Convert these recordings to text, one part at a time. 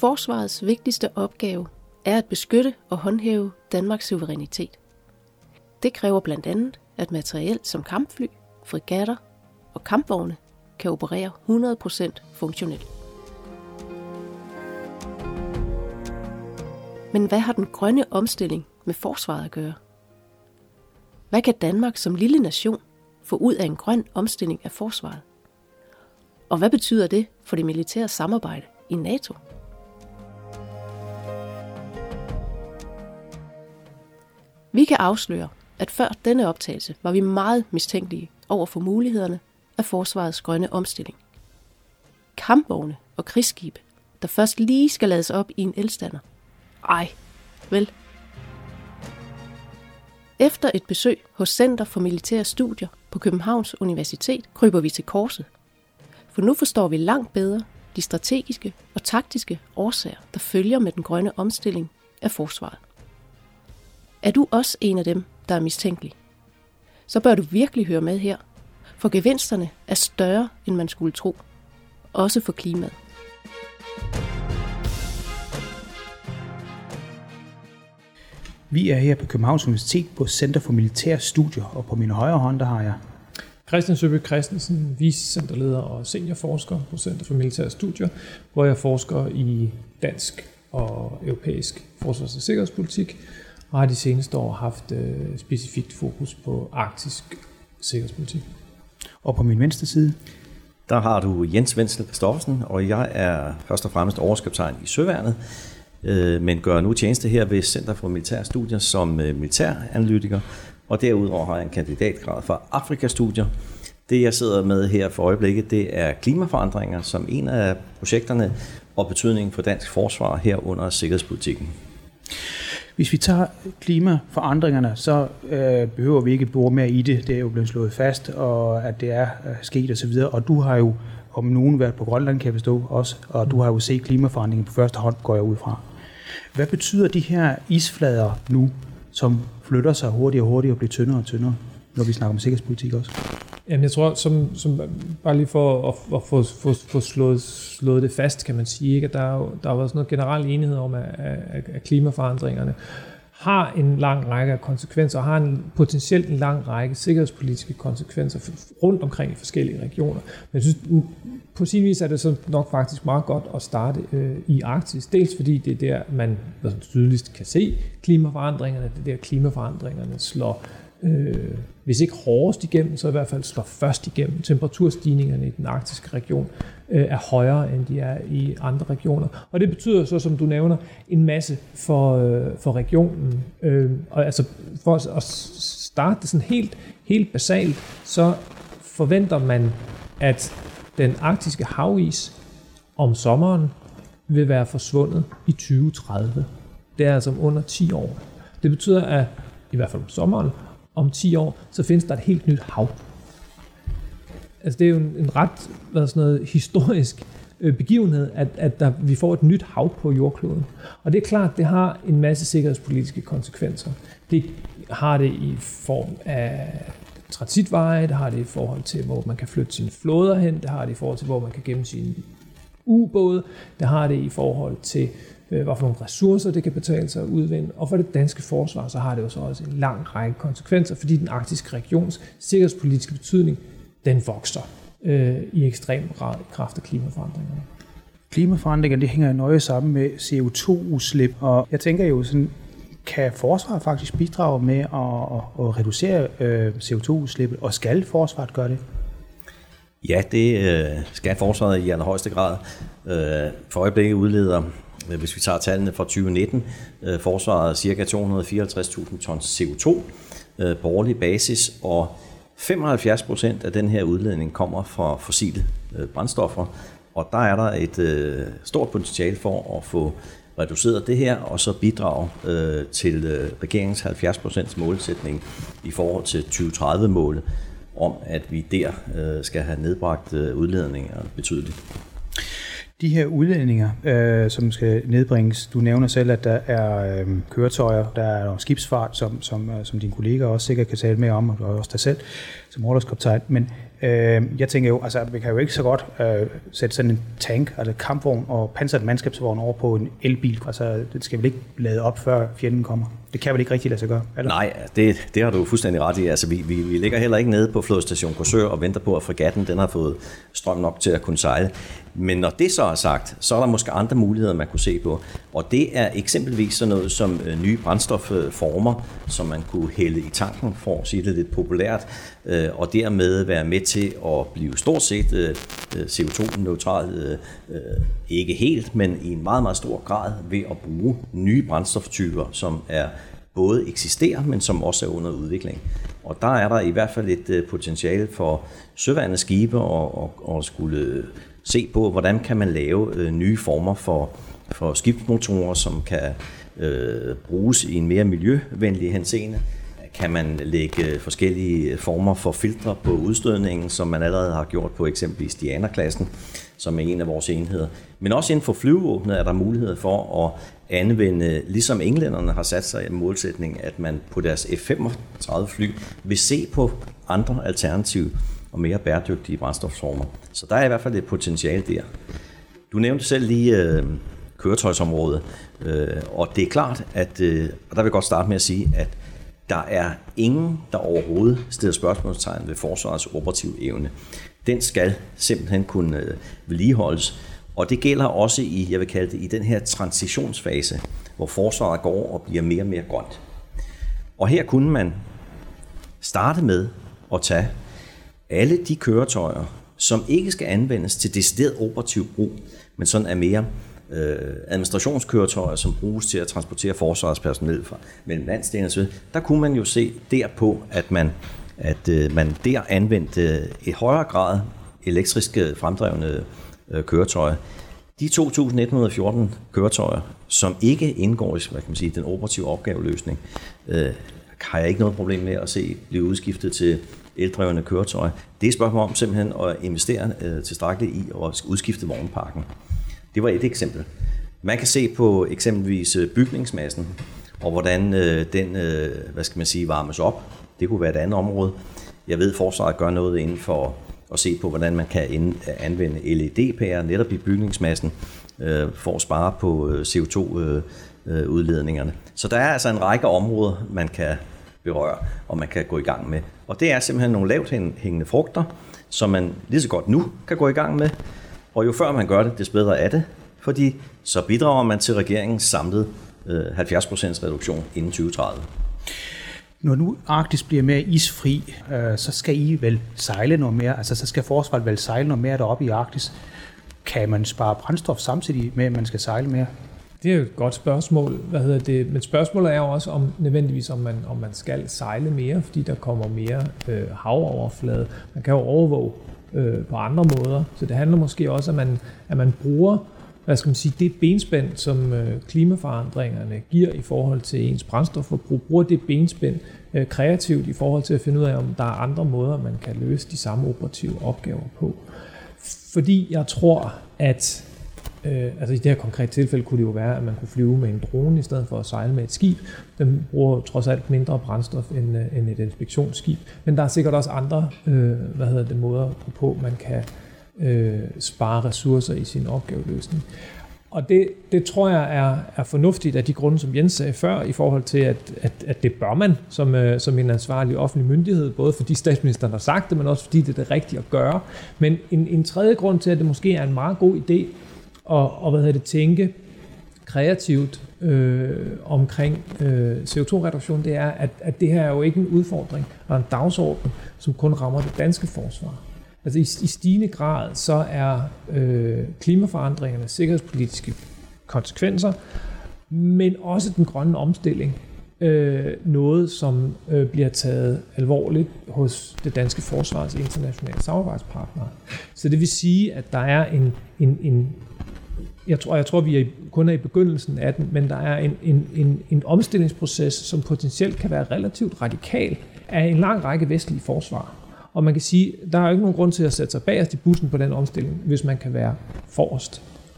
Forsvarets vigtigste opgave er at beskytte og håndhæve Danmarks suverænitet. Det kræver blandt andet, at materiel som kampfly, fregatter og kampvogne kan operere 100% funktionelt. Men hvad har den grønne omstilling med forsvaret at gøre? Hvad kan Danmark som lille nation få ud af en grøn omstilling af forsvaret? Og hvad betyder det for det militære samarbejde i NATO? Vi kan afsløre, at før denne optagelse var vi meget mistænkelige over for mulighederne af forsvarets grønne omstilling. Kampvogne og krigsskibe, der først lige skal lades op i en elstander. Ej, vel. Efter et besøg hos Center for Militære Studier på Københavns Universitet kryber vi til korset. For nu forstår vi langt bedre de strategiske og taktiske årsager, der følger med den grønne omstilling af forsvaret. Er du også en af dem, der er mistænkelig? Så bør du virkelig høre med her, for gevinsterne er større, end man skulle tro. Også for klimaet. Vi er her på Københavns Universitet på Center for Militære Studier, og på min højre hånd, der har jeg Christian Søby Christensen, vicecenterleder og seniorforsker på Center for Militære Studier, hvor jeg forsker i dansk og europæisk forsvars- og sikkerhedspolitik, og har de seneste år haft specifikt fokus på arktisk sikkerhedspolitik. Og på min venstre side, der har du Jens Wenzel Christoffersen, og jeg er først og fremmest overskabstegn i Søværnet, men gør nu tjeneste her ved Center for Militære Studier som militæranalytiker, og derudover har jeg en kandidatgrad fra Afrikastudier. Det jeg sidder med her for øjeblikket, det er klimaforandringer som en af projekterne og betydningen for dansk forsvar herunder sikkerhedspolitikken. Hvis vi tager klimaforandringerne, så behøver vi ikke bore mere i det. Det er jo blevet slået fast, og at det er sket osv. Og du har jo om nogen været på Grønland, kan jeg forstå også, og du har jo set klimaforandringen på første hånd, går jeg ud fra. Hvad betyder de her isflader nu, som flytter sig hurtigere og hurtigere og bliver tyndere og tyndere, når vi snakker om sikkerhedspolitik også? Jamen jeg tror, som bare lige for at få slået det fast, kan man sige, ikke? At der har været sådan noget generel enighed om, at klimaforandringerne har en lang række af konsekvenser, og har potentielt en lang række sikkerhedspolitiske konsekvenser rundt omkring i forskellige regioner. Men jeg synes, på sin vis er det så nok faktisk meget godt at starte i Arktis. Dels fordi det er der, man tydeligst kan se klimaforandringerne. Det er der, klimaforandringerne slår, hvis ikke hårdest igennem, så i hvert fald slår først igennem. Temperaturstigningerne i den arktiske region er højere, end de er i andre regioner. Og det betyder så, som du nævner, en masse for regionen. Og altså for at starte det sådan helt basalt, så forventer man, at den arktiske havis om sommeren vil være forsvundet i 2030. Det er altså om under 10 år. Det betyder, at i hvert fald om sommeren, om 10 år, så findes der et helt nyt hav. Altså det er jo en ret historisk begivenhed, at vi får et nyt hav på jordkloden. Og det er klart, det har en masse sikkerhedspolitiske konsekvenser. Det har det i form af transitveje, det har det i forhold til, hvor man kan flytte sine flåder hen, det har det i forhold til, hvor man kan gemme sine ubåde, det har det i forhold til, hvad for nogle ressourcer det kan betale sig at udvinde, og for det danske forsvar, så har det jo så også en lang række konsekvenser, fordi den arktiske regions sikkerhedspolitiske betydning, den vokser i ekstrem grad i kraft af klimaforandringerne. Klimaforandringerne, det hænger nøje sammen med CO2-udslip, og jeg tænker jo sådan, kan forsvaret faktisk bidrage med at reducere CO2-udslippet, og skal forsvaret gøre det? Ja, det skal forsvaret i allerhøjeste grad. For øjeblikket udleder, hvis vi tager tallene fra 2019, forsvaret ca. 254.000 tons CO2 på årlig basis, og 75% af den her udledning kommer fra fossile brændstoffer, og der er der et stort potentiale for at få reduceret det her, og så bidrage til regeringens 70% målsætning i forhold til 2030-målet, om at vi der skal have nedbragt udledninger betydeligt. De her udledninger, som skal nedbringes, du nævner selv, at der er køretøjer, der er skibsfart, som dine kolleger også sikkert kan tale mere om, og også dig selv som orlogskaptajn. Men jeg tænker jo, altså vi kan jo ikke så godt sætte sådan en tank, altså kampvogn og pansret mandskabsvogn over på en elbil. Altså det skal vel ikke lade op, før fjenden kommer. Det kan vel ikke rigtig lade sig gøre? Eller? Nej, det har du fuldstændig ret i. Altså, vi ligger heller ikke nede på flådestation Korsør og venter på, at fregatten den har fået strøm nok til at kunne sejle. Men når det så er sagt, så er der måske andre muligheder, man kunne se på. Og det er eksempelvis sådan noget som nye brændstofformer, som man kunne hælde i tanken, for at sige det lidt populært, og dermed være med til at blive stort set CO2-neutral, ikke helt, men i en meget, meget stor grad ved at bruge nye brændstoftyper, som er både eksisterer, men som også er under udvikling. Og der er der i hvert fald et potentiale for søværende skibe og skulle se på, hvordan kan man lave nye former for skibsmotorer, som kan bruges i en mere miljøvenlig henseende. Kan man lægge forskellige former for filtre på udstødningen, som man allerede har gjort på eksempelvis Diana-klassen, som er en af vores enheder. Men også inden for flyvevåbnet er der mulighed for at anvende, ligesom englænderne har sat sig i målsætning, at man på deres F-35 fly vil se på andre alternative og mere bæredygtige brændstofformer. Så der er i hvert fald et potentiale der. Du nævnte selv lige køretøjsområdet, og det er klart, at og der vil jeg godt starte med at sige, at der er ingen, der overhovedet stiller spørgsmålstegn ved forsvarets operative evne. Den skal simpelthen kunne vedligeholdes, og det gælder også i, jeg vil kalde det, i den her transitionsfase, hvor forsvaret går og bliver mere og mere grønt. Og her kunne man starte med at tage alle de køretøjer, som ikke skal anvendes til decideret operativ brug, men sådan er mere administrationskøretøjer, som bruges til at transportere forsvarets personel fra mellem landsdelene osv., der kunne man jo se derpå, at man der anvendte i højere grad elektrisk fremdrevne køretøjer. De 2.114 køretøjer, som ikke indgår i, hvad kan man sige, den operative opgaveløsning, har jeg ikke noget problem med at se blive udskiftet til eldrevne køretøjer. Det er et spørgsmål om simpelthen at investere tilstrækkeligt i at udskifte vognparken. Det var et eksempel. Man kan se på eksempelvis bygningsmassen, og hvordan den, hvad skal man sige, varmes op. Det kunne være et andet område. Jeg ved, at forsvaret gør noget inden for at se på, hvordan man kan anvende LED-pærer netop i bygningsmassen for at spare på CO2-udledningerne. Så der er altså en række områder, man kan berøre, og man kan gå i gang med. Og det er simpelthen nogle lavt hængende frugter, som man lige så godt nu kan gå i gang med. Og jo før man gør det, des bedre er det, fordi så bidrager man til regeringens samlede 70% reduktion inden 2030. Når nu Arktis bliver mere isfri, så skal I vel sejle noget mere, altså så skal forsvaret vel sejle noget mere deroppe i Arktis. Kan man spare brændstof samtidig med, at man skal sejle mere? Det er jo et godt spørgsmål. Men spørgsmålet er jo også om nødvendigvis, om man skal sejle mere, fordi der kommer mere havoverflade. Man kan jo overvåge på andre måder, så det handler måske også om, at man bruger, hvad skal man sige, det benspænd, som klimaforandringerne giver i forhold til ens brændstofforbrug, bruger det benspænd kreativt i forhold til at finde ud af, om der er andre måder, man kan løse de samme operative opgaver på. Fordi jeg tror, at altså i det her konkrete tilfælde kunne det jo være, at man kunne flyve med en drone i stedet for at sejle med et skib. Den bruger trods alt mindre brændstof end et inspektionsskib. Men der er sikkert også andre måder på, man kan spare ressourcer i sin opgaveløsning. Og det tror jeg er fornuftigt af de grunde, som Jens sagde før, i forhold til, at det bør man som en ansvarlig offentlig myndighed, både fordi statsministeren har sagt det, men også fordi det er det rigtige at gøre. Men en tredje grund til, at det måske er en meget god idé at tænke kreativt omkring CO2-reduktion, det er, at det her er jo ikke en udfordring og en dagsorden, som kun rammer det danske forsvar. Altså i stigende grad så er klimaforandringernes sikkerhedspolitiske konsekvenser, men også den grønne omstilling, noget som bliver taget alvorligt hos det danske forsvars internationale samarbejdspartnere. Så det vil sige, at der er en jeg tror, vi kun er i begyndelsen af den, men der er en omstillingsproces, som potentielt kan være relativt radikal af en lang række vestlige forsvar. Og man kan sige, der er jo ikke nogen grund til at sætte sig bagerst i bussen på den omstilling, hvis man kan være forrest.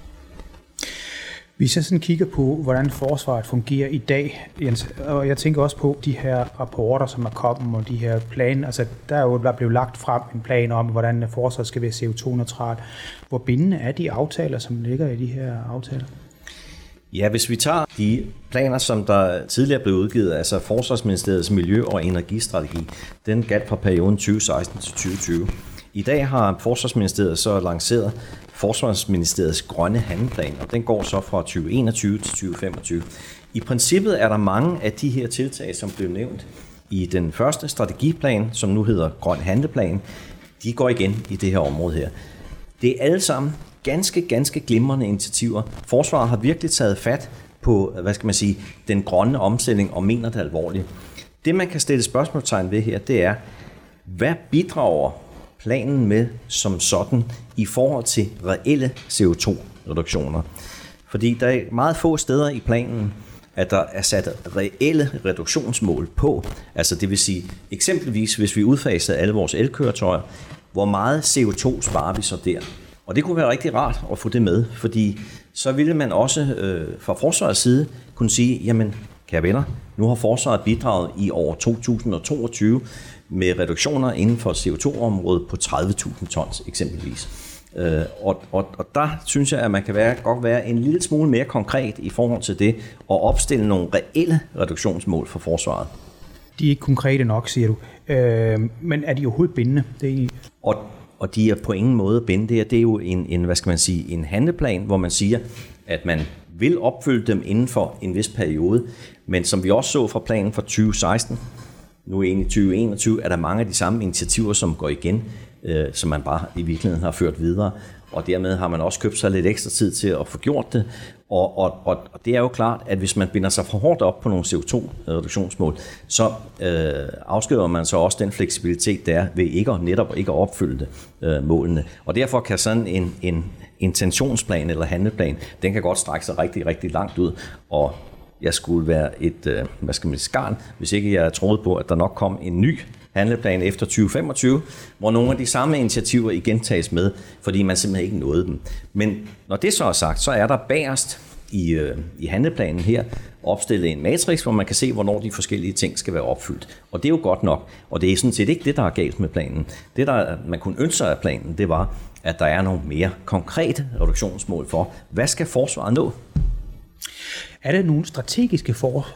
Hvis jeg sådan kigger på, hvordan forsvaret fungerer i dag, Jens, og jeg tænker også på de her rapporter, som er kommet, og de her planer, altså der er jo blevet lagt frem en plan om, hvordan forsvaret skal være CO2-neutral. Hvor bindende er de aftaler, som ligger i de her aftaler? Ja, hvis vi tager de planer, som der tidligere blev udgivet, altså Forsvarsministeriets miljø- og energistrategi, den galt fra perioden 2016 til 2020. I dag har Forsvarsministeriet så lanceret Forsvarsministeriets grønne handleplan, og den går så fra 2021 til 2025. I princippet er der mange af de her tiltag, som blev nævnt i den første strategiplan, som nu hedder grøn handleplan, de går igen i det her område her. Det er alle sammen ganske glimrende initiativer. Forsvaret har virkelig taget fat på, den grønne omstilling og mener det alvorligt. Det, man kan stille spørgsmålstegn ved her, det er, hvad bidrager planen med som sådan i forhold til reelle CO2-reduktioner? Fordi der er meget få steder i planen, at der er sat reelle reduktionsmål på. Altså det vil sige, eksempelvis hvis vi udfasede alle vores elkøretøjer, hvor meget CO2 sparer vi så der? Og det kunne være rigtig rart at få det med, fordi så ville man også fra forsvarets side kunne sige, jamen kære venner, nu har forsvaret bidraget i år 2022 med reduktioner inden for CO2-området på 30.000 tons eksempelvis. Og der synes jeg, at man kan godt være en lille smule mere konkret i forhold til det, og opstille nogle reelle reduktionsmål for forsvaret. De er ikke konkrete nok, siger du. Men er de overhovedet bindende? Det er Og de er på ingen måde bindende. Det er jo en handleplan, hvor man siger, at man vil opfylde dem inden for en vis periode. Men som vi også så fra planen fra 2016, nu i 2021, er der mange af de samme initiativer, som går igen, som man bare i virkeligheden har ført videre. Og dermed har man også købt sig lidt ekstra tid til at få gjort det. Og det er jo klart, at hvis man binder sig for hårdt op på nogle CO2-reduktionsmål, så afskriver man så også den fleksibilitet, der er ved netop ikke at opfylde målene. Og derfor kan sådan en intentionsplan eller handleplan, den kan godt strække sig rigtig langt ud. Og jeg skulle være et skarn, hvis ikke jeg troede på, at der nok kom en ny handleplan efter 2025, hvor nogle af de samme initiativer igen tages med, fordi man simpelthen ikke nåede dem. Men når det så er sagt, så er der bagerst i handleplanen her opstillet en matrix, hvor man kan se, hvornår de forskellige ting skal være opfyldt. Og det er jo godt nok, og det er sådan set ikke det, der er galt med planen. Det, man kunne ønske sig af planen, det var, at der er nogle mere konkrete reduktionsmål for, hvad skal forsvaret nå? Er der nogle strategiske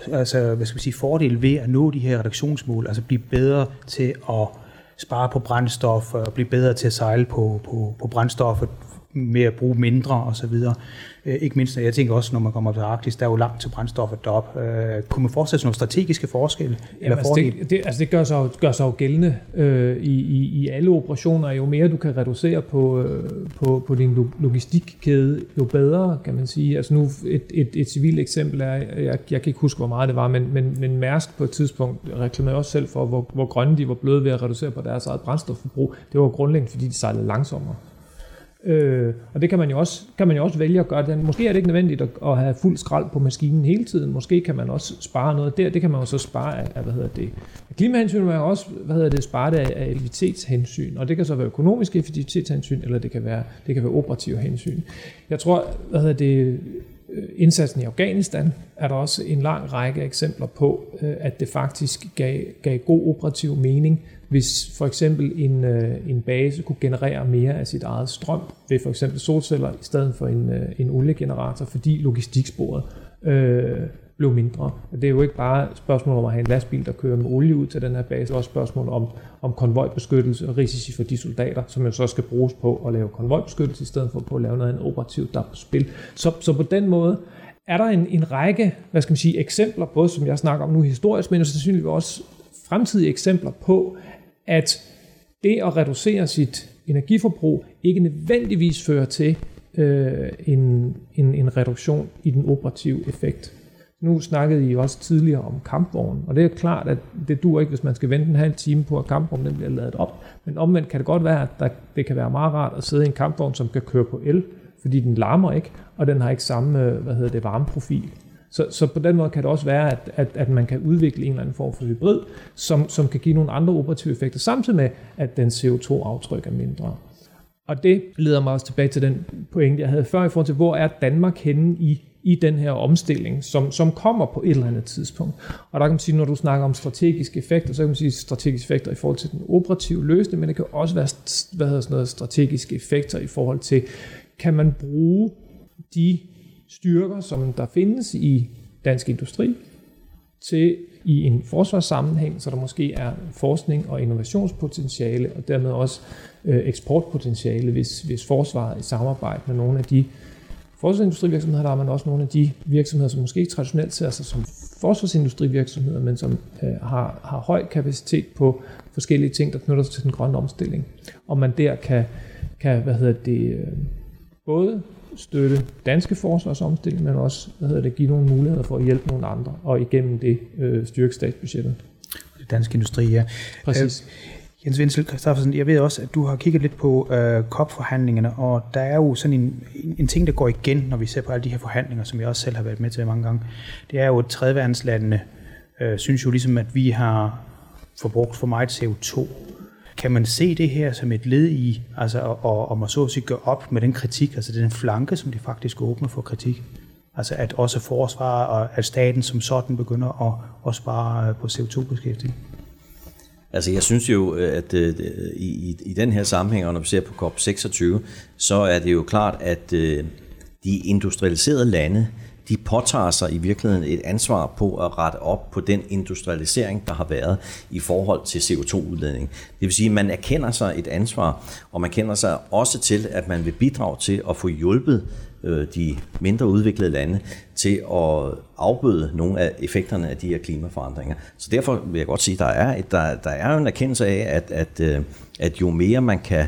fordele ved at nå de her reduktionsmål, altså blive bedre til at spare på brændstof, og blive bedre til at sejle på brændstoffet, med at bruge mindre osv.? Ikke mindst, jeg tænker også, når man kommer til Arktis, der er jo langt til brændstoffet deroppe. Kunne man forestille sig nogle strategiske forskelle? Det gør sig jo gældende i alle operationer. Jo mere du kan reducere på din logistikkæde, jo bedre, kan man sige. Altså nu et civilt eksempel er, jeg kan ikke huske, hvor meget det var, men Mærsk på et tidspunkt reklamerede også selv for, hvor grønne de var blevet ved at reducere på deres eget brændstofforbrug. Det var grundlæggende, fordi de sejlede langsommere. Og det kan man jo også vælge at gøre. Måske er det ikke nødvendigt at have fuld skrald på maskinen hele tiden. Måske kan man også spare noget der. Det kan man jo så spare af klimahensyn, men man kan også spare det af effektivitetshensyn. Og det kan så være økonomiske effektivitetshensyn, eller det kan være operative hensyn. Jeg tror, indsatsen i Afghanistan er der også en lang række eksempler på, at det faktisk gav god operativ mening, hvis for eksempel en base kunne generere mere af sit eget strøm ved for eksempel solceller i stedet for en oliegenerator, fordi logistiksporet blev mindre. Og det er jo ikke bare et spørgsmål om at have en lastbil, der kører med olie ud til den her base, det er også et spørgsmål om konvojbeskyttelse og risici for de soldater, som jo så skal bruges på at lave konvojbeskyttelse i stedet for på at lave noget operativt, der er på spil. Så på den måde er der en række, eksempler, både som jeg snakker om nu historisk, men sandsynligvis også fremtidige eksempler på, at det at reducere sit energiforbrug ikke nødvendigvis fører til en reduktion i den operative effekt. Nu snakkede I også tidligere om kampvognen, og det er klart, at det duer ikke, hvis man skal vente en halv time på, at kampvognen den bliver ladet op. Men omvendt kan det godt være, at det kan være meget rart at sidde i en kampvogn, som kan køre på el, fordi den larmer ikke, og den har ikke samme varmeprofil. Så på den måde kan det også være, at man kan udvikle en eller anden form for hybrid, som kan give nogle andre operative effekter, samtidig med, at den CO2-aftryk er mindre. Og det leder mig også tilbage til den pointe, jeg havde før i forhold til, hvor er Danmark henne i den her omstilling, som kommer på et eller andet tidspunkt. Og der kan man sige, når du snakker om strategiske effekter, så kan man sige strategiske effekter i forhold til den operative løsning, men det kan også være strategiske effekter i forhold til, kan man bruge de styrker, som der findes i dansk industri, til i en forsvarssammenhæng, så der måske er forskning og innovationspotentiale, og dermed også eksportpotentiale, hvis forsvaret i samarbejde med nogle af de forsvarsindustrivirksomheder, der er man også nogle af de virksomheder, som måske ikke traditionelt ser sig som forsvarsindustrivirksomheder, men som har høj kapacitet på forskellige ting, der knytter sig til den grønne omstilling. Og man der kan både støtte danske forsvarsomstilling, men også give nogle muligheder for at hjælpe nogle andre, og igennem det styrke statsbudgettet. Det danske industri, ja. Præcis. Jens Wenzel Christoffersen, jeg ved også, at du har kigget lidt på COP-forhandlingerne, og der er jo sådan en ting, der går igen, når vi ser på alle de her forhandlinger, som jeg også selv har været med til mange gange. Det er jo, at tredjeverdenslandene synes jo ligesom, at vi har forbrugt for meget CO2. Kan man se det her som et led i, altså og man så at sige gøre op med den kritik, altså den flanke, som de faktisk åbner for kritik? Altså at også forsvar og at staten som sådan begynder at spare på CO2-beskæftigelse? Altså jeg synes jo, at i den her sammenhæng, og når vi ser på COP26, så er det jo klart, at de industrialiserede lande, de påtager sig i virkeligheden et ansvar på at rette op på den industrialisering, der har været i forhold til CO2-udledning. Det vil sige, at man erkender sig et ansvar, og man kender sig også til, at man vil bidrage til at få hjulpet de mindre udviklede lande til at afbøde nogle af effekterne af de her klimaforandringer. Så derfor vil jeg godt sige, at der er en erkendelse af, at jo mere man kan,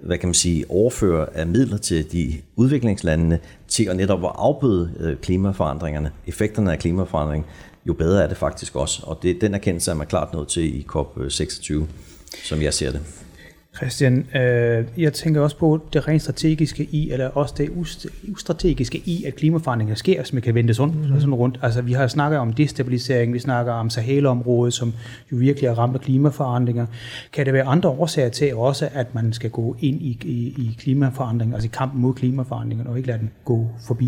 overføre af midler til de udviklingslandene til at netop at afbøde klimaforandringerne, effekterne af klimaforandringen, jo bedre er det faktisk også. Og den erkendelse er man klart nået til i COP26, som jeg ser det. Christian, jeg tænker også på det rent strategiske i, eller også det ustrategiske i, at klimaforandringer sker, som kan vende sådan rundt. Altså, vi har snakket om destabilisering, vi snakker om Sahel-området, som jo virkelig er ramt af klimaforandringer. Kan det være andre årsager til også, at man skal gå ind i klimaforandringer, altså i kampen mod klimaforandringer, og ikke lade den gå forbi?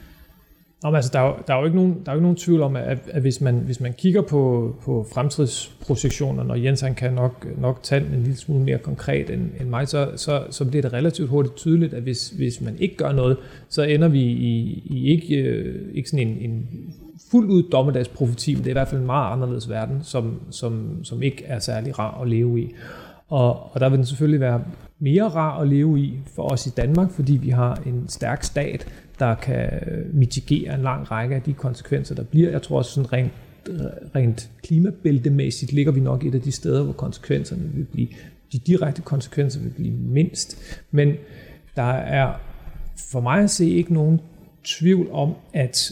Altså, der er jo ikke nogen tvivl om, at hvis man kigger på fremtidsprojektionerne, og Jens han kan nok tage en lille smule mere konkret end mig, så bliver det relativt hurtigt tydeligt, at hvis man ikke gør noget, så ender vi i ikke sådan en fuldt ud dommedagsprofeti, men det er i hvert fald en meget anderledes verden, som ikke er særlig rar at leve i. Og der vil den selvfølgelig være mere rar at leve i for os i Danmark, fordi vi har en stærk stat, der kan mitigere en lang række af de konsekvenser, der bliver. Jeg tror også sådan rent klimabæltemæssigt ligger vi nok et af de steder, hvor konsekvenserne vil blive, de direkte konsekvenser vil blive mindst. Men der er for mig at se ikke nogen tvivl om, at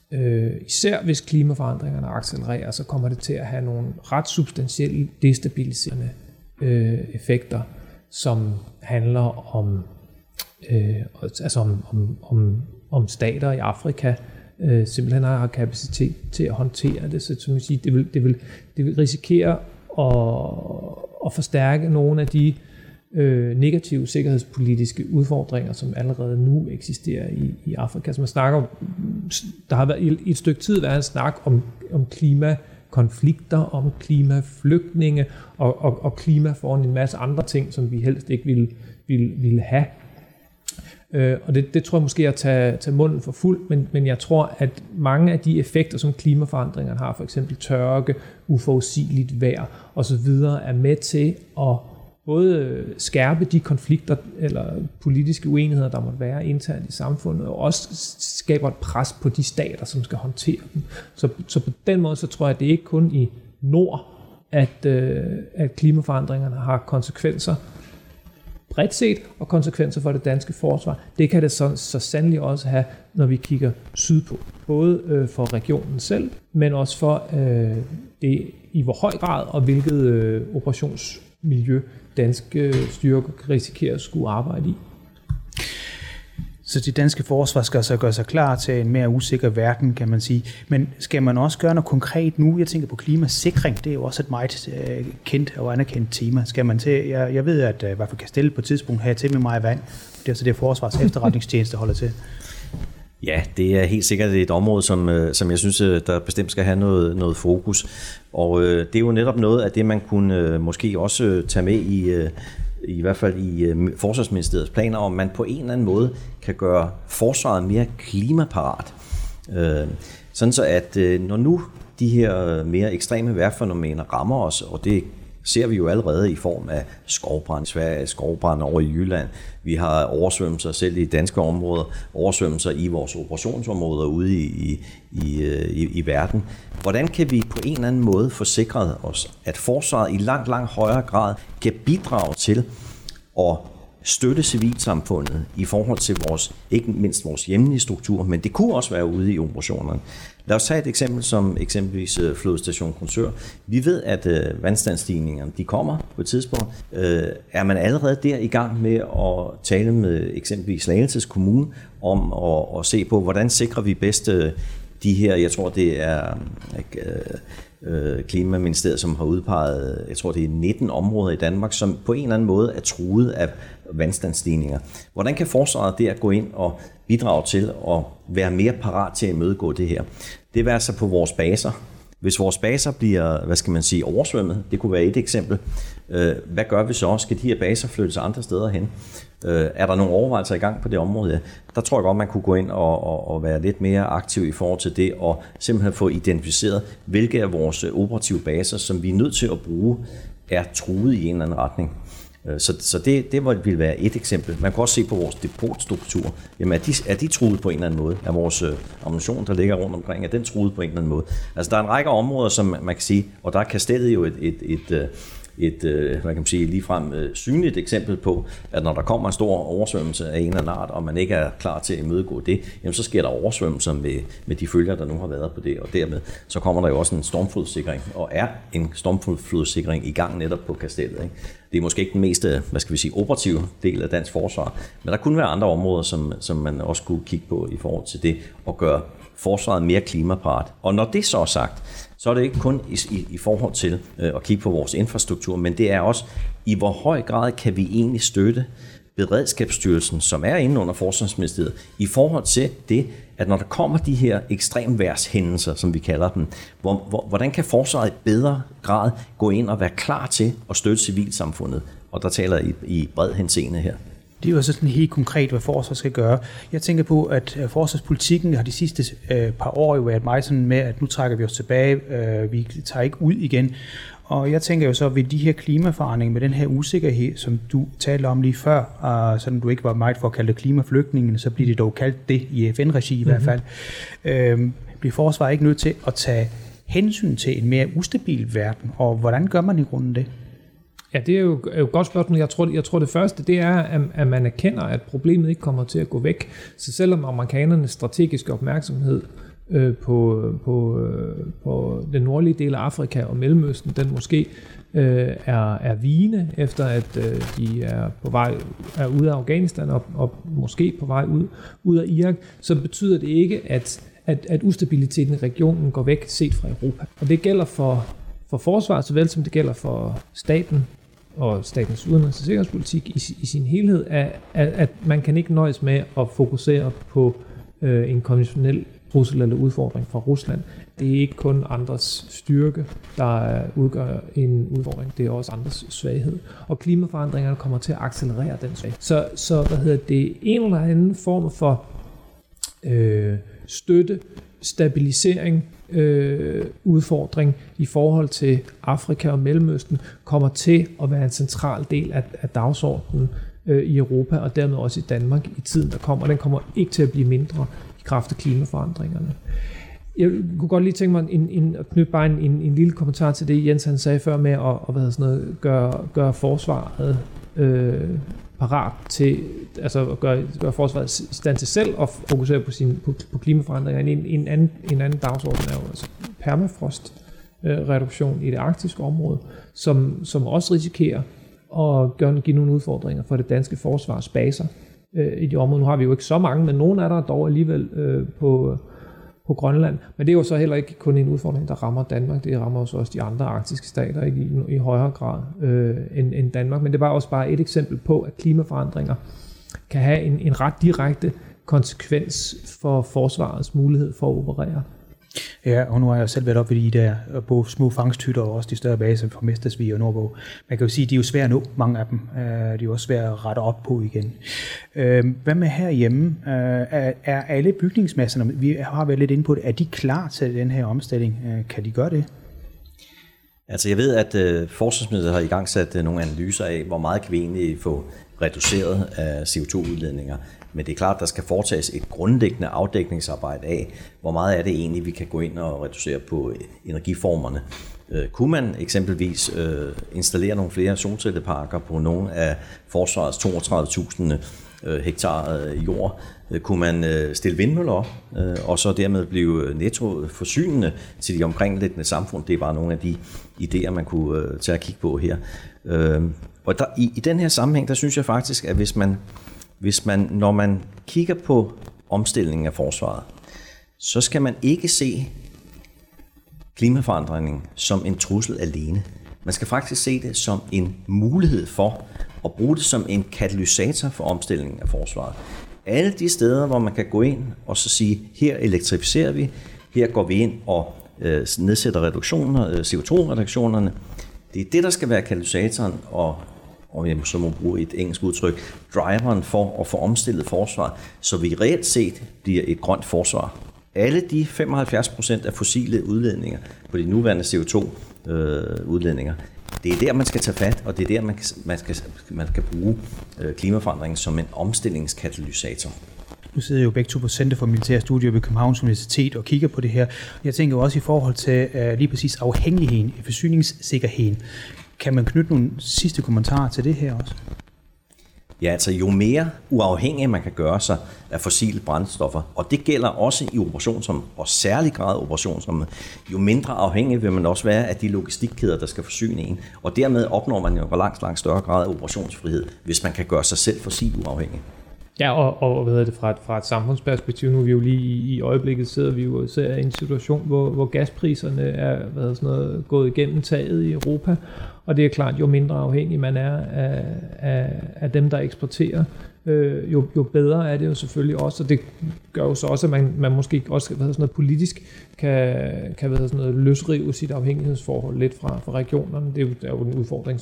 især hvis klimaforandringerne accelererer, så kommer det til at have nogle ret substantielle destabiliserende effekter, som handler om stater i Afrika simpelthen har kapacitet til at håndtere det. Så som jeg siger, det vil risikere at forstærke nogle af de negative sikkerhedspolitiske udfordringer, som allerede nu eksisterer i Afrika. Så man snakker, der har været i et stykke tid været en snak om klimakonflikter, om klimaflygtninge og klima foran en masse andre ting, som vi helst ikke ville have. Og det tror jeg måske at tage munden for fuld, men jeg tror, at mange af de effekter, som klimaforandringerne har, for eksempel tørke, uforudsigeligt vejr osv., er med til at både skærpe de konflikter eller politiske uenigheder, der måtte være internt i samfundet, og også skaber et pres på de stater, som skal håndtere dem. Så på den måde, så tror jeg, at det ikke kun i nord, at klimaforandringerne har konsekvenser bredt set, og konsekvenser for det danske forsvar. Det kan det så sandelig også have, når vi kigger sydpå. Både for regionen selv, men også for det i hvor høj grad og hvilket operationsmiljø danske styrker kan risikere at skulle arbejde i. Så det danske forsvar skal så gøre sig klar til en mere usikker verden, kan man sige. Men skal man også gøre noget konkret nu? Jeg tænker på klimasikring. Det er jo også et meget kendt og anerkendt tema. Skal man til? Jeg ved, at i hvert fald kan stille på et tidspunkt her til med mig vand. Det er så det forsvars efterretningstjeneste holder til. Ja, det er helt sikkert et område, som jeg synes, der bestemt skal have noget fokus. Og det er jo netop noget af det, man kunne måske også tage med i hvert fald i Forsvarsministeriets planer, om man på en eller anden måde kan gøre forsvaret mere klimaparat. Sådan så at når nu de her mere ekstreme vejrfænomener rammer os, og det ser vi jo allerede i form af skovbrand i Sverige, skovbrand over i Jylland. Vi har oversvømmelser selv i danske områder, oversvømmelser i vores operationsområder ude i verden. Hvordan kan vi på en eller anden måde forsikre os, at forsvaret i langt højere grad kan bidrage til at støtte civilsamfundet i forhold til ikke mindst vores hjemlige struktur, men det kunne også være ude i operationerne. Lad os tage et eksempel som eksempelvis Flodstation Korsør. Vi ved, at vandstandsstigningerne de kommer på et tidspunkt. Er man allerede der i gang med at tale med eksempelvis Slagelses Kommune om at se på, hvordan sikrer vi bedst de her, jeg tror det er Klimaministeriet, som har udpeget, jeg tror det er 19 områder i Danmark, som på en eller anden måde er truet af vandstandsstigninger. Hvordan kan forsvaret der gå ind og bidrage til at være mere parat til at imødegå det her? Det er altså på vores baser. Hvis vores baser bliver, oversvømmet, det kunne være et eksempel, hvad gør vi så? Skal de her baser flyttes andre steder hen? Er der nogle overvejelser i gang på det område? Der tror jeg godt, man kunne gå ind og være lidt mere aktiv i forhold til det, og simpelthen få identificeret, hvilke af vores operative baser, som vi er nødt til at bruge, er truet i en eller anden retning. Så det ville være et eksempel. Man kan også se på vores depotstruktur. Jamen, er de truet på en eller anden måde? Er vores ammunition, der ligger rundt omkring, er den truet på en eller anden måde? Altså, der er en række områder, som man kan sige, og der er Kastellet jo ligefrem synligt eksempel på, at når der kommer en stor oversvømmelse af en eller anden art, og man ikke er klar til at imødegå det, jamen så sker der oversvømmelser med de følger, der nu har været på det, og dermed så kommer der jo også en stormflodssikring, og er en stormflodssikring i gang netop på Kastellet, ikke? Det er måske ikke den mest, operative del af dansk forsvar, men der kunne være andre områder, som man også kunne kigge på i forhold til det, og gøre forsvaret mere klimaparat. Og når det så er sagt, så er det ikke kun i forhold til at kigge på vores infrastruktur, men det er også, i hvor høj grad kan vi egentlig støtte Beredskabsstyrelsen, som er inde under Forsvarsministeriet, i forhold til det, at når der kommer de her ekstremvejrshændelser, som vi kalder dem, hvordan kan forsvaret i bedre grad gå ind og være klar til at støtte civilsamfundet? Og der taler jeg i bred henseende her. Det er jo så sådan helt konkret, hvad forsvaret skal gøre. Jeg tænker på, at forsvarspolitikken har de sidste par år jo været meget sådan med, at nu trækker vi os tilbage, vi tager ikke ud igen. Og jeg tænker jo så, ved de her klimaforandringer, med den her usikkerhed, som du talte om lige før, selvom du ikke var meget for at kalde det klimaflygtninge, så bliver det dog kaldt det i FN-regi i hvert fald. Bliver forsvaret ikke nødt til at tage hensyn til en mere ustabil verden, og hvordan gør man i grunden det? Ja, det er jo et godt spørgsmål. Jeg tror det første, det er, at man erkender, at problemet ikke kommer til at gå væk. Så selvom amerikanernes strategiske opmærksomhed på den nordlige del af Afrika og Mellemøsten, den måske er vigende, efter at de er ude af Afghanistan og måske på vej ud af Irak, så betyder det ikke, at ustabiliteten i regionen går væk set fra Europa. Og det gælder for forsvaret, såvel som det gælder for staten og statens udenrigs- og sikkerhedspolitik i sin helhed, at man kan ikke nøjes med at fokusere på en konventionel trussel eller udfordring fra Rusland. Det er ikke kun andres styrke, der udgør en udfordring, det er også andres svaghed. Og klimaforandringerne kommer til at accelerere den svaghed. Så en eller anden form for støtte, stabilisering, udfordring i forhold til Afrika og Mellemøsten kommer til at være en central del af dagsordenen i Europa og dermed også i Danmark i tiden, der kommer. Den kommer ikke til at blive mindre i kraft af klimaforandringerne. Jeg kunne godt lige tænke mig at knytte bare en lille kommentar til det, Jens han sagde før med at gøre forsvaret parat til, altså at gøre forsvaret i stand til selv at fokusere på klimaforandringer. En anden dagsorden er jo altså permafrost reduktion i det arktiske område, som også risikerer at give nogle udfordringer for det danske forsvars baser i de områder. Nu har vi jo ikke så mange, men nogle er der dog alligevel på Grønland. Men det er jo så heller ikke kun en udfordring, der rammer Danmark. Det rammer også de andre arktiske stater i højere grad end Danmark. Men det var også bare et eksempel på, at klimaforandringer kan have en ret direkte konsekvens for forsvarets mulighed for at operere. Ja, og nu har jeg selv været oppe i de der både små fangsthytter og også de større baser fra Mestersvig og Nordborg. Man kan jo sige, at de er jo svære at nå, mange af dem. De er jo også svære at rette op på igen. Hvad med herhjemme? Er alle bygningsmasserne, vi har været lidt inde på det, er de klar til den her omstilling? Kan de gøre det? Altså jeg ved, at Forsvarsministeriet har igangsat nogle analyser af, hvor meget kan vi egentlig få reduceret af CO2-udledninger. Men det er klart, at der skal foretages et grundlæggende afdækningsarbejde af, hvor meget er det egentlig, vi kan gå ind og reducere på energiformerne. Kunne man eksempelvis installere nogle flere solcelleparker på nogle af forsvarets 32.000 hektar jord? Kunne man stille vindmøller op, og så dermed blive netto forsynende til de omkringliggende samfund? Det er bare nogle af de idéer, man kunne tage at kigge på her. Og der, i den her sammenhæng, der synes jeg faktisk, at hvis man, når man kigger på omstillingen af forsvaret, så skal man ikke se klimaforandringen som en trussel alene. Man skal faktisk se det som en mulighed for at bruge det som en katalysator for omstillingen af forsvaret. Alle de steder, hvor man kan gå ind og så sige, her elektrificerer vi, her går vi ind og nedsætter reduktioner, CO2-reduktionerne. Det er det, der skal være katalysatoren og jeg så må bruge et engelsk udtryk, driveren for at få omstillet forsvar, så vi reelt set bliver et grønt forsvar. Alle de 75% af fossile udledninger på de nuværende CO2-udledninger, det er der, man skal tage fat, og det er der, man skal bruge klimaforandringen som en omstillingskatalysator. Nu sidder jeg jo begge to på Center for Militære Studier ved Københavns Universitet og kigger på det her. Jeg tænker jo også i forhold til lige præcis afhængigheden, forsyningssikkerheden. Kan man knytte nogle sidste kommentarer til det her også? Ja, altså jo mere uafhængig man kan gøre sig af fossile brændstoffer, og det gælder også i operationsområdet, og særlig grad operationsområdet, jo mindre afhængig vil man også være af de logistikkæder, der skal forsyne en, og dermed opnår man jo langt større grad af operationsfrihed, hvis man kan gøre sig selv fossil uafhængig. Ja, og hvad hedder det, fra et samfundsperspektiv, nu er vi jo lige i øjeblikket, sidder vi jo især i en situation, hvor gaspriserne er gået igennem taget i Europa, og det er klart, jo mindre afhængig man er af dem, der eksporterer, jo bedre er det jo selvfølgelig også, og det gør jo så også, at man måske også politisk kan løsrive sit afhængighedsforhold lidt fra regionerne. Det er jo en udfordring,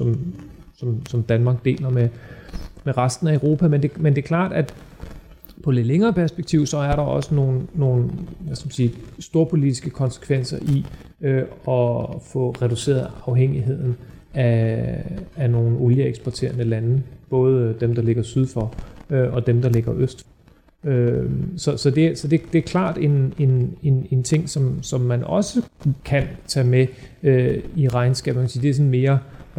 som Danmark deler med resten af Europa, men det er klart, at på lidt længere perspektiv, så er der også nogle storpolitiske konsekvenser i at få reduceret afhængigheden af nogle olieeksporterende lande, både dem, der ligger syd for, og dem, der ligger øst. Så det er klart en ting, som man også kan tage med i regnskab. Man kan sige, det er sådan mere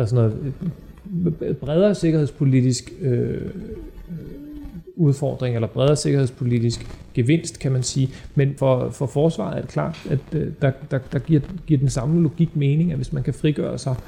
bredere sikkerhedspolitisk udfordring, eller bredere sikkerhedspolitisk gevinst, kan man sige. Men for forsvaret er det klart, at der giver den samme logik mening, at hvis man kan frigøre sig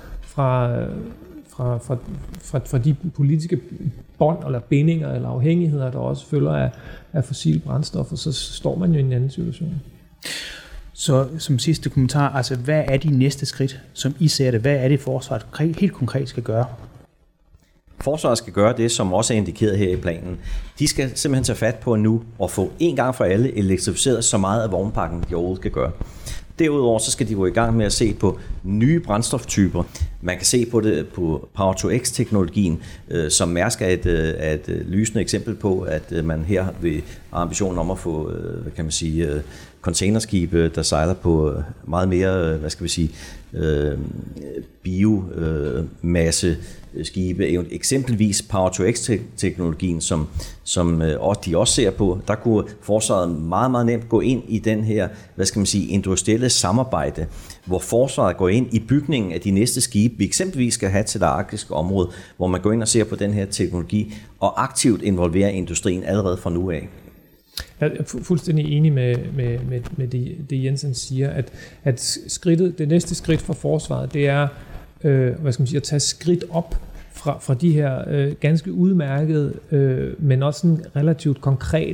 fra de politiske bånd, eller bindinger, eller afhængigheder, der også følger af fossile brændstoffer, så står man jo i en anden situation. Så som sidste kommentar, altså hvad er de næste skridt, som I ser det? Hvad er det, forsvaret helt konkret skal gøre? Forsvaret skal gøre det, som også er indikeret her i planen. De skal simpelthen tage fat på nu og få en gang for alle elektrificeret så meget af vognpakken, de overhovedet kan gøre. Derudover så skal de gå i gang med at se på nye brændstoftyper. Man kan se på det på Power-to-X-teknologien, som Mærsk er et lysende eksempel på, at man her vil ambitionen om at få, containerskibe, der sejler på meget mere, biomasse skibe, eksempelvis Power-to-X-teknologien, som de også ser på. Der kunne forsvaret meget, meget nemt gå ind i den her, industrielle samarbejde, hvor forsvaret går ind i bygningen af de næste skibe, vi eksempelvis skal have til det arktiske område, hvor man går ind og ser på den her teknologi, og aktivt involverer industrien allerede fra nu af. Jeg er fuldstændig enig med det Jensen siger, at det næste skridt for forsvaret, det er at tage skridt op fra de her ganske udmærkede, men også sådan relativt konkrete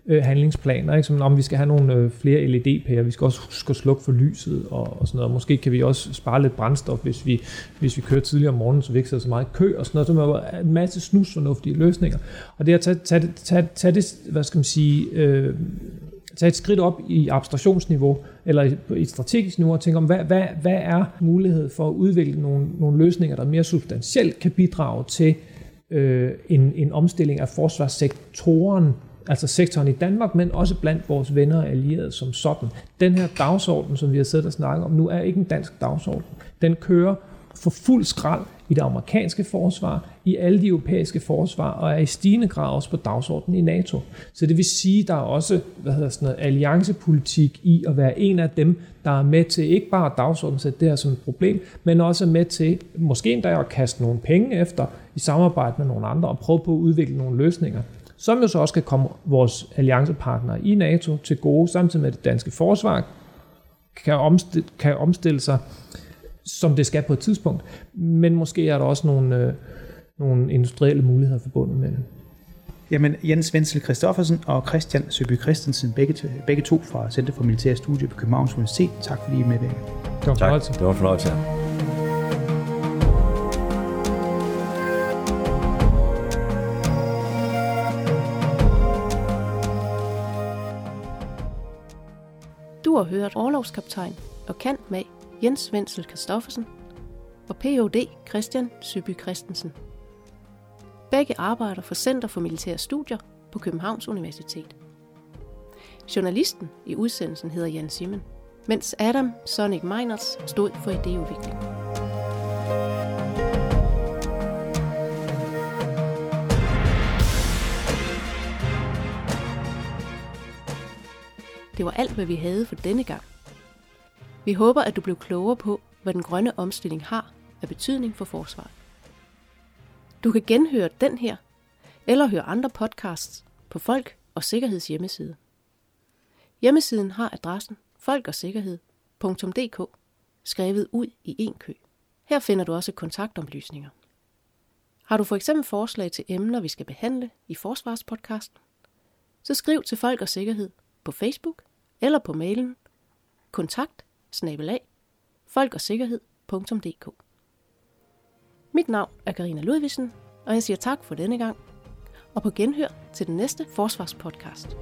handlingsplaner, ikke? Som om vi skal have nogle flere LED-pærer, vi skal også huske at slukke for lyset og sådan noget. Måske kan vi også spare lidt brændstof, hvis vi kører tidligere om morgenen, så vi ikke sidder så meget i kø og sådan noget. Så må der en masse snusfornuftige løsninger. Og det at tage det, hvad skal man sige, tage et skridt op i abstraktionsniveau, eller i et strategisk niveau, og tænke om, hvad er mulighed for at udvikle nogle løsninger, der mere substantielt kan bidrage til en omstilling af forsvarssektoren, altså sektoren i Danmark, men også blandt vores venner og allierede som sådan. Den her dagsorden, som vi har siddet og snakket om nu, er ikke en dansk dagsorden. Den kører for fuld skrald i det amerikanske forsvar, i alle de europæiske forsvar, og er i stigende grad også på dagsordenen i NATO. Så det vil sige, at der er også alliancepolitik i at være en af dem, der er med til ikke bare dagsordenen sætte det her som et problem, men også med til måske endda at kaste nogle penge efter i samarbejde med nogle andre og prøve på at udvikle nogle løsninger, som jo så også kan komme vores alliancepartnere i NATO til gode, samtidig med det danske forsvar kan omstille sig, som det skal på et tidspunkt. Men måske er der også nogle industrielle muligheder forbundet med det. Jamen, Jens Wenzel Christoffersen og Christian Søby Christensen, begge to fra Center for Militære Studier på Københavns Universitet. Tak fordi I er med begge. Det var en fornøjelse. Det var en fornøjelse. Du har hørt orlogskaptajn og kant med Jens Wenzel Christoffersen og Ph.D. Christian Søby Christensen. Begge arbejder for Center for Militære Studier på Københavns Universitet. Journalisten i udsendelsen hedder Jan Simmen, mens Adam Sonic Meinerts stod for idéudvikling. Det var alt, hvad vi havde for denne gang. Vi håber, at du blev klogere på, hvad den grønne omstilling har af betydning for forsvaret. Du kan genhøre den her, eller høre andre podcasts på Folk og Sikkerheds hjemmeside. Hjemmesiden har adressen folkogsikkerhed.dk, skrevet ud i en kø. Her finder du også kontaktoplysninger. Har du for eksempel forslag til emner, vi skal behandle i Forsvarspodcasten, så skriv til Folk og Sikkerhed på Facebook eller på mailen kontakt@folkogsikkerhed.dk. Mit navn er Karina Ludvigsen, og jeg siger tak for denne gang, og på genhør til den næste Forsvarspodcast.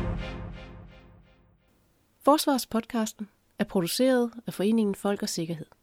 Forsvarspodcasten er produceret af Foreningen Folk og Sikkerhed.